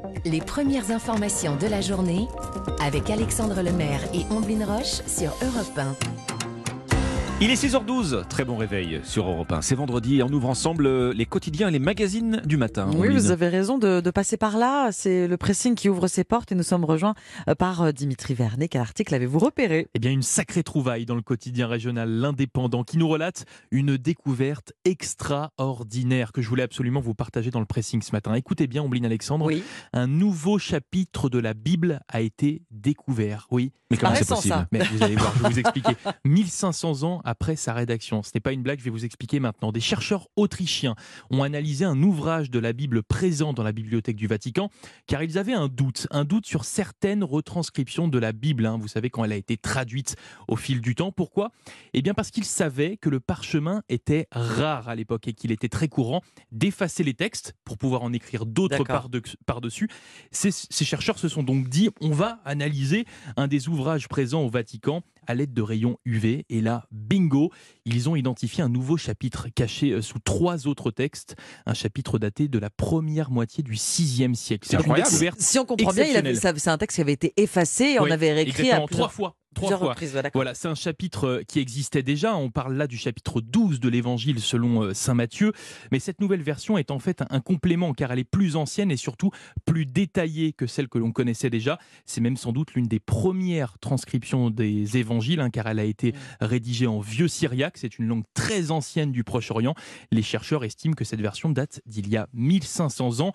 Les premières informations de la journée avec Alexandre Lemaire et Omblin Roche sur Europe 1. Il est 6h12, très bon réveil sur Europe 1. C'est vendredi et on ouvre ensemble les quotidiens et les magazines du matin. Oui, vous avez raison de passer par là. C'est le pressing qui ouvre ses portes et nous sommes rejoints par Dimitri Vernet. Quel article avez-vous repéré ? Eh bien, une sacrée trouvaille dans le quotidien régional L'Indépendant qui nous relate une découverte extraordinaire que je voulais absolument vous partager dans le pressing ce matin. Écoutez bien, Omblin Alexandre, Oui. un nouveau chapitre de la Bible a été découvert. Oui. Mais comment c'est Récent, possible ça. Mais vous allez voir, je vais vous expliquer. 1500 ans après sa rédaction. Ce n'est pas une blague, je vais vous expliquer maintenant. Des chercheurs autrichiens ont analysé un ouvrage de la Bible présent dans la bibliothèque du Vatican, car ils avaient un doute sur certaines retranscriptions de la Bible. Vous savez, quand elle a été traduite au fil du temps. Pourquoi ? Eh bien parce qu'ils savaient que le parchemin était rare à l'époque et qu'il était très courant d'effacer les textes pour pouvoir en écrire d'autres par-dessus. Ces chercheurs se sont donc dit, on va analyser un des ouvrages présents au Vatican à l'aide de rayons UV. Et là, bingo, ils ont identifié un nouveau chapitre caché sous 3 autres textes. Un chapitre daté de la première moitié du 6e siècle. C'est une incroyable. découverte. Si on comprend bien, c'est un texte qui avait été effacé et on Oui, avait réécrit exactement, à plusieurs trois fois. reprises. D'accord. Voilà, c'est un chapitre qui existait déjà. On parle là du chapitre 12 de l'Évangile selon saint Matthieu. Mais cette nouvelle version est en fait un complément car elle est plus ancienne et surtout plus détaillée que celle que l'on connaissait déjà. C'est même sans doute l'une des premières transcriptions des Évangiles car elle a été rédigée en vieux syriaque. C'est une langue très ancienne du Proche-Orient. Les chercheurs estiment que cette version date d'il y a 1500 ans.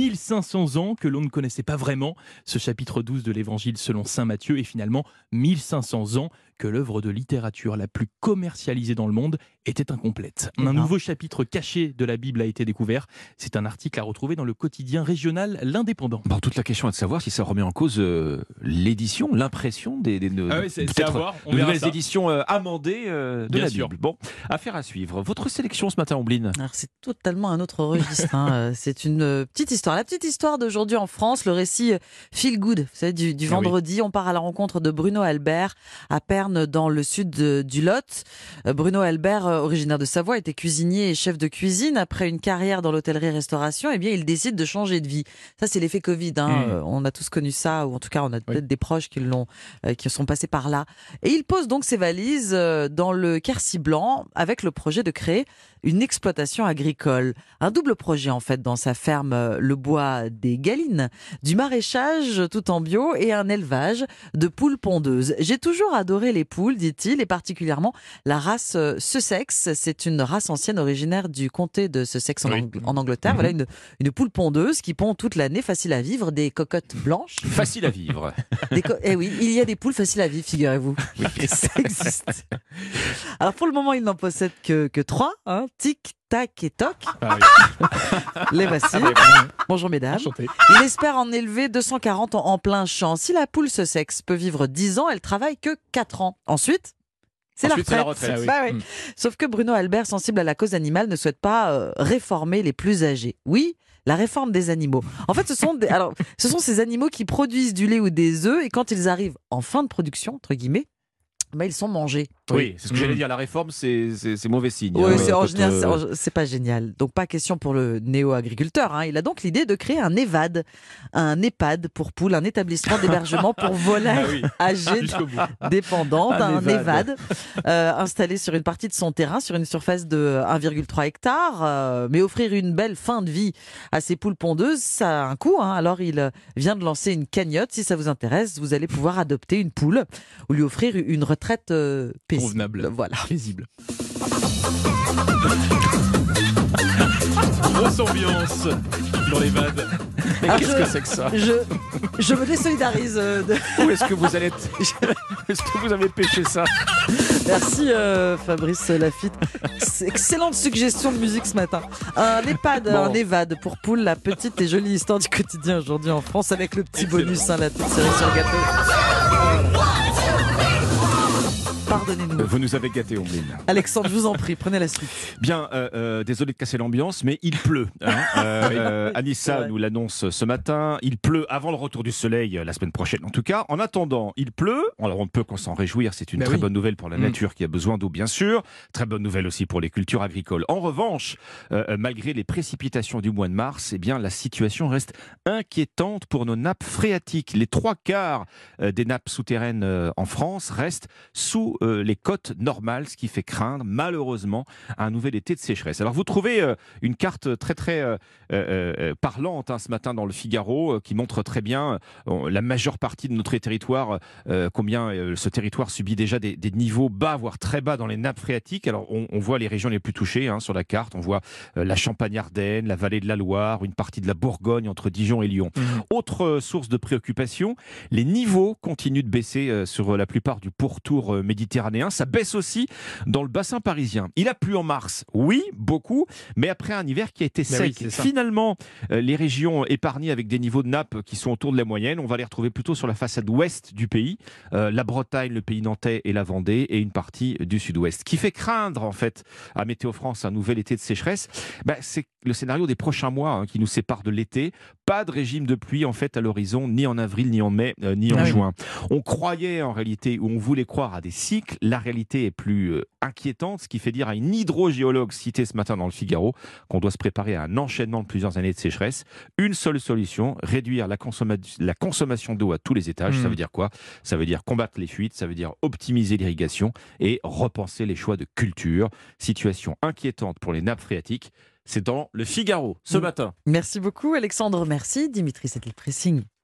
1500 ans que l'on ne connaissait pas vraiment ce chapitre 12 de l'Évangile selon saint Matthieu et finalement 1500 ans que l'œuvre de littérature la plus commercialisée dans le monde était incomplète. Un nouveau chapitre caché de la Bible a été découvert. C'est un article à retrouver dans le quotidien régional L'Indépendant. Bon, toute la question est de savoir si ça remet en cause l'édition, l'impression des c'est à voir. On de verra nouvelles ça. éditions amendées de Bien la sûr. Bible. Bon, affaire à suivre. Votre sélection ce matin, Omblin ? Alors c'est totalement un autre registre. C'est une petite histoire. La petite histoire d'aujourd'hui en France, le récit feel good. Vous savez, du vendredi, on part à la rencontre de Bruno Albert à Perne dans le sud du Lot. Bruno Albert, originaire de Savoie, était cuisinier et chef de cuisine. Après une carrière dans l'hôtellerie-restauration, eh bien, il décide de changer de vie. Ça, c'est l'effet Covid. On a tous connu ça, ou en tout cas, on a peut-être des proches qui sont passés par là. Et il pose donc ses valises dans le Quercy blanc avec le projet de créer une exploitation agricole. Un double projet en fait dans sa ferme Le Bois des Galines, du maraîchage tout en bio et un élevage de poules pondeuses. J'ai toujours adoré les poules, dit-il, et particulièrement la race Sussex. C'est une race ancienne originaire du comté de Sussex en Angleterre. Voilà une poule pondeuse qui pond toute l'année, facile à vivre, des cocottes blanches. Facile à vivre. Eh oui, il y a des poules faciles à vivre, figurez-vous. Ça existe. Alors pour le moment, il n'en possède que 3. Tic, tac et toc. Les voici. Bonjour mesdames. Enchanté. Il espère en élever 240 en plein champ. Si la poule Sussex peut vivre 10 ans, elle travaille que 4 ans. Ensuite, c'est la retraite. Ah oui. Bah oui. Sauf que Bruno Albert, sensible à la cause animale, ne souhaite pas réformer les plus âgés. Oui, la réforme des animaux. En fait, ce sont ces animaux qui produisent du lait ou des œufs et quand ils arrivent en fin de production, entre guillemets, ils sont mangés. Oui, c'est ce que j'allais dire. La réforme, c'est mauvais signe. Oui, en général, c'est pas génial. Donc, pas question pour le néo-agriculteur. Il a donc l'idée de créer un EHPAD, un EHPAD pour poules, un établissement d'hébergement pour volailles âgées dépendantes, un EHPAD, installé sur une partie de son terrain, sur une surface de 1,3 hectare. Mais offrir une belle fin de vie à ces poules pondeuses, ça a un coût. Alors, il vient de lancer une cagnotte. Si ça vous intéresse, vous allez pouvoir adopter une poule ou lui offrir une retraite convenable. Voilà. Paisible. Grosse ambiance dans les vannes. Mais qu'est-ce que c'est que ça ? Je me désolidarise. Où est-ce que vous allez Est-ce que vous avez pêché ça ? Merci Fabrice Lafitte. Excellente suggestion de musique ce matin. Un EHPAD, un EHVAD pour poules, la petite et jolie histoire du quotidien aujourd'hui en France avec le petit bonus, la petite série sur le gâteau. pardonnez-nous. Vous nous avez gâtés, Ombline. Alexandre, je vous en prie, prenez la suite. Bien, désolé de casser l'ambiance, mais il pleut. Anissa nous l'annonce ce matin. Il pleut avant le retour du soleil la semaine prochaine. En tout cas, en attendant, il pleut. Alors on ne peut qu'en s'en réjouir. C'est une très bonne nouvelle pour la nature qui a besoin d'eau, bien sûr. Très bonne nouvelle aussi pour les cultures agricoles. En revanche, malgré les précipitations du mois de mars, eh bien, la situation reste inquiétante pour nos nappes phréatiques. Les 3/4 des nappes souterraines en France restent sous les cotes normales, ce qui fait craindre malheureusement un nouvel été de sécheresse. Alors vous trouvez une carte très parlante ce matin dans le Figaro qui montre très bien la majeure partie de notre territoire, combien ce territoire subit déjà des niveaux bas, voire très bas dans les nappes phréatiques. Alors on voit les régions les plus touchées sur la carte. On voit la Champagne-Ardenne, la vallée de la Loire, une partie de la Bourgogne entre Dijon et Lyon. Autre source de préoccupation, les niveaux continuent de baisser sur la plupart du pourtour méditerranéen. Ça baisse aussi dans le bassin parisien. Il a plu en mars, oui, beaucoup, mais après un hiver qui a été sec. Oui, finalement, les régions épargnées avec des niveaux de nappe qui sont autour de la moyenne, on va les retrouver plutôt sur la façade ouest du pays, la Bretagne, le pays nantais et la Vendée, et une partie du sud-ouest. Qui fait craindre, en fait, à Météo France un nouvel été de sécheresse, c'est le scénario des prochains mois qui nous sépare de l'été. Pas de régime de pluie, en fait, à l'horizon, ni en avril, ni en mai, ni en juin. On croyait, en réalité, ou on voulait croire à des cycles. La réalité est plus inquiétante, ce qui fait dire à une hydrogéologue citée ce matin dans le Figaro qu'on doit se préparer à un enchaînement de plusieurs années de sécheresse. Une seule solution, réduire la consommation d'eau à tous les étages. Ça veut dire quoi? Ça veut dire combattre les fuites, ça veut dire optimiser l'irrigation et repenser les choix de culture. Situation inquiétante pour les nappes phréatiques. C'est dans le Figaro ce matin. Merci beaucoup Alexandre, merci Dimitri, c'était le pressing.